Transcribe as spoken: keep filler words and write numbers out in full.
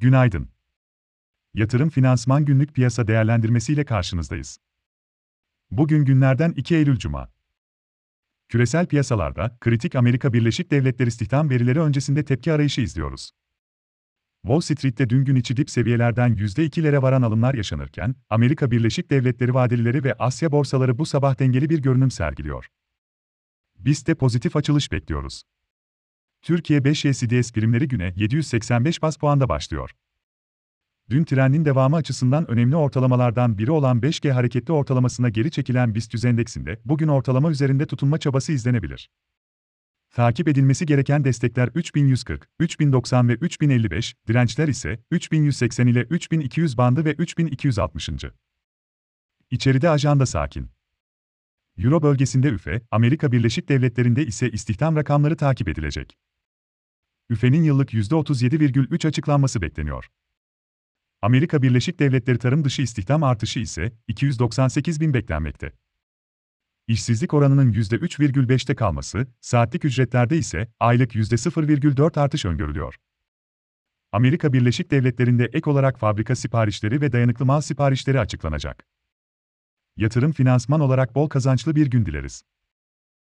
Günaydın. Yatırım Finansman Günlük Piyasa Değerlendirmesi ile karşınızdayız. Bugün günlerden iki Eylül Cuma. Küresel piyasalarda kritik Amerika Birleşik Devletleri istihdam verileri öncesinde tepki arayışı izliyoruz. Wall Street'te dün gün içi dip seviyelerden yüzde ikilere varan alımlar yaşanırken, Amerika Birleşik Devletleri vadelileri ve Asya borsaları bu sabah dengeli bir görünüm sergiliyor. Biz de pozitif açılış bekliyoruz. Türkiye beş Y C D S primleri güne yedi yüz seksen beş baz puanda başlıyor. Dün trendin devamı açısından önemli ortalamalardan biri olan beş G hareketli ortalamasına geri çekilen BIST endeksinde bugün ortalama üzerinde tutunma çabası izlenebilir. Takip edilmesi gereken destekler üç bin yüz kırk, üç bin doksan ve üç bin elli beş, dirençler ise üç bin yüz seksen ile üç bin iki yüz bandı ve üç bin iki yüz altmış. İçeride ajanda sakin. Euro bölgesinde üfe, Amerika Birleşik Devletleri'nde ise istihdam rakamları takip edilecek. üfe'nin yıllık yüzde otuz yedi virgül üç açıklanması bekleniyor. Amerika Birleşik Devletleri tarım dışı istihdam artışı ise iki yüz doksan sekiz bin beklenmekte. İşsizlik oranının yüzde üç virgül beşte kalması, saatlik ücretlerde ise aylık yüzde sıfır virgül dört artış öngörülüyor. Amerika Birleşik Devletleri'nde ek olarak fabrika siparişleri ve dayanıklı mal siparişleri açıklanacak. Yatırım finansman olarak bol kazançlı bir gün dileriz.